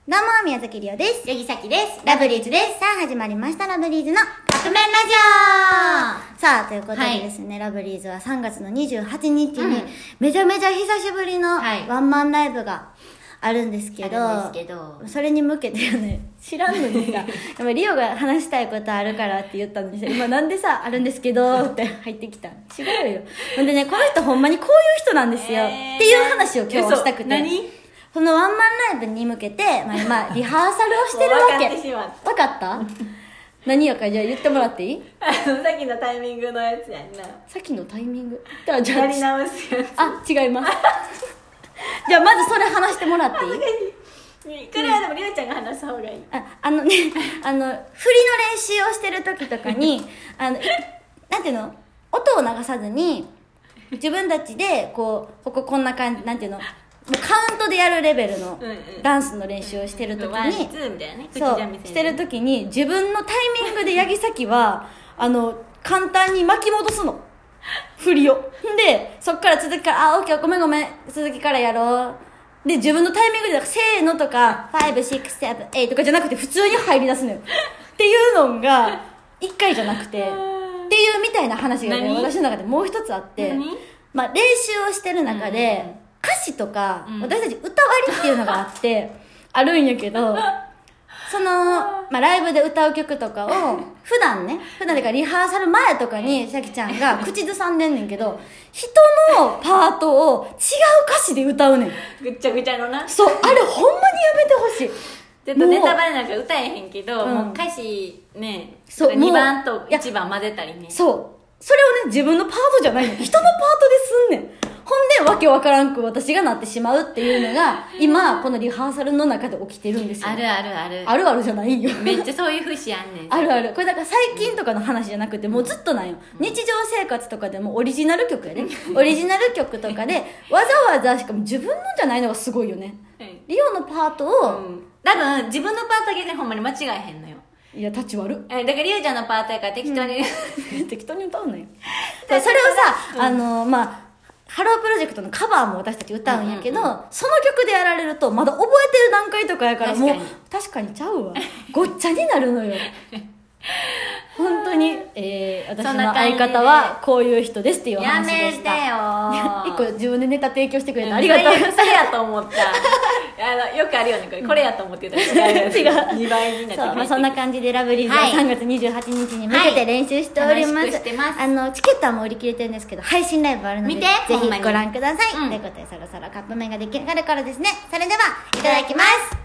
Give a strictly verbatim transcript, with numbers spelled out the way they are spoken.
どうも、宮崎りおです。 ヤギサキです。 ラブリーズです。さあ、始まりました、ラブリーズのカップ麺ラジオ。さあ、ということでですね、はい、ラブリーズはさんがつのにじゅうはちにちに、うん、めちゃめちゃ久しぶりのワンマンライブがあるんですけど、 あるんですけどそれに向けてね、知らんのにさ、やっぱリオが話したいことあるからって言ったのにさ、今なんでさ、あるんですけどって入ってきた。違うよ。ほんでね、この人ほんまにこういう人なんですよ。えー、っていう話を今日はしたくて。 何そのワンマンライブに向けて、まあ今、リハーサルをしてるわけ。 分かってしまった。 分かった何やか、じゃあ言ってもらっていい？ あの、さっきのタイミングのやつやんな。 さっきのタイミングじゃあ、じゃあ。 やり直すやつ。 あ、違います。じゃあまずそれ話してもらっていい？ これはでもりおちゃんが話す方がいい。 あ、あのね、あの、振りの練習をしてる時とかに、あの、なんていうの？音を流さずに、自分たちで、こう、こここんな感じ、なんていうの？もうカウントでやるレベルのダンスの練習をしてる時に、そうしてる時に自分のタイミングで八木崎はあの簡単に巻き戻すの振りをで、そっから続きからあオッケーごめんごめん続きからやろうで、自分のタイミングでせーのとかご、ろく、なな、はちとかじゃなくて普通に入り出すのよっていうのがいっかいじゃなくてっていうみたいな話がね、私の中でもう一つあって、まあ練習をしてる中で、うん歌詞とか、うん、私たち歌割りっていうのがあってあるんやけどその、まあ、ライブで歌う曲とかを普段ね普段だからリハーサル前とかにシャキちゃんが口ずさんでんねんけど人のパートを違う歌詞で歌うねんぐっちゃぐちゃのなそうあれほんまにやめてほしいちょっとネタバレなんか歌えへんけど、うん、もう歌詞ねそうにばんといちばん混ぜたりねそうそれをね自分のパートじゃないの人のパートですんねんほんでわけわからんく私がなってしまうっていうのが今このリハーサルの中で起きてるんですよ。 あるあるあるあるあるじゃないよめっちゃそういう節あんねんあるあるこれだから最近とかの話じゃなくてもうずっとなんよ、うん、日常生活とかでもオリジナル曲やねオリジナル曲とかでわざわざしかも自分のじゃないのがすごいよね、うん、リオのパートを、 うん、多分自分のパートだけでほんまに間違えへんのよいや立ち悪えだからリオちゃんのパートやから適当に、 うん、適当に歌うのよそれをさ、うん、あのまあハロープロジェクトのカバーも私たち歌うんやけど、うんうんうん、その曲でやられるとまだ覚えてる段階とかやからもう確かにちゃうわごっちゃになるのよ本当に、えー、私の相方はこういう人ですっていう話でしたやめてよ一個自分でネタ提供してくれてありがとうそれやと思ったあのよくあるよねこれこれやと思ってたら違う違うにばいになってそう、まあ、そんな感じでラブリーズはさんがつにじゅうはちにちに向けて練習しております、はい、 してますあのチケットはもう売り切れてるんですけど配信ライブあるので見てぜひご覧ください、 うん、 ということでそろそろカップ麺が出来上がるからですねそれではいただきます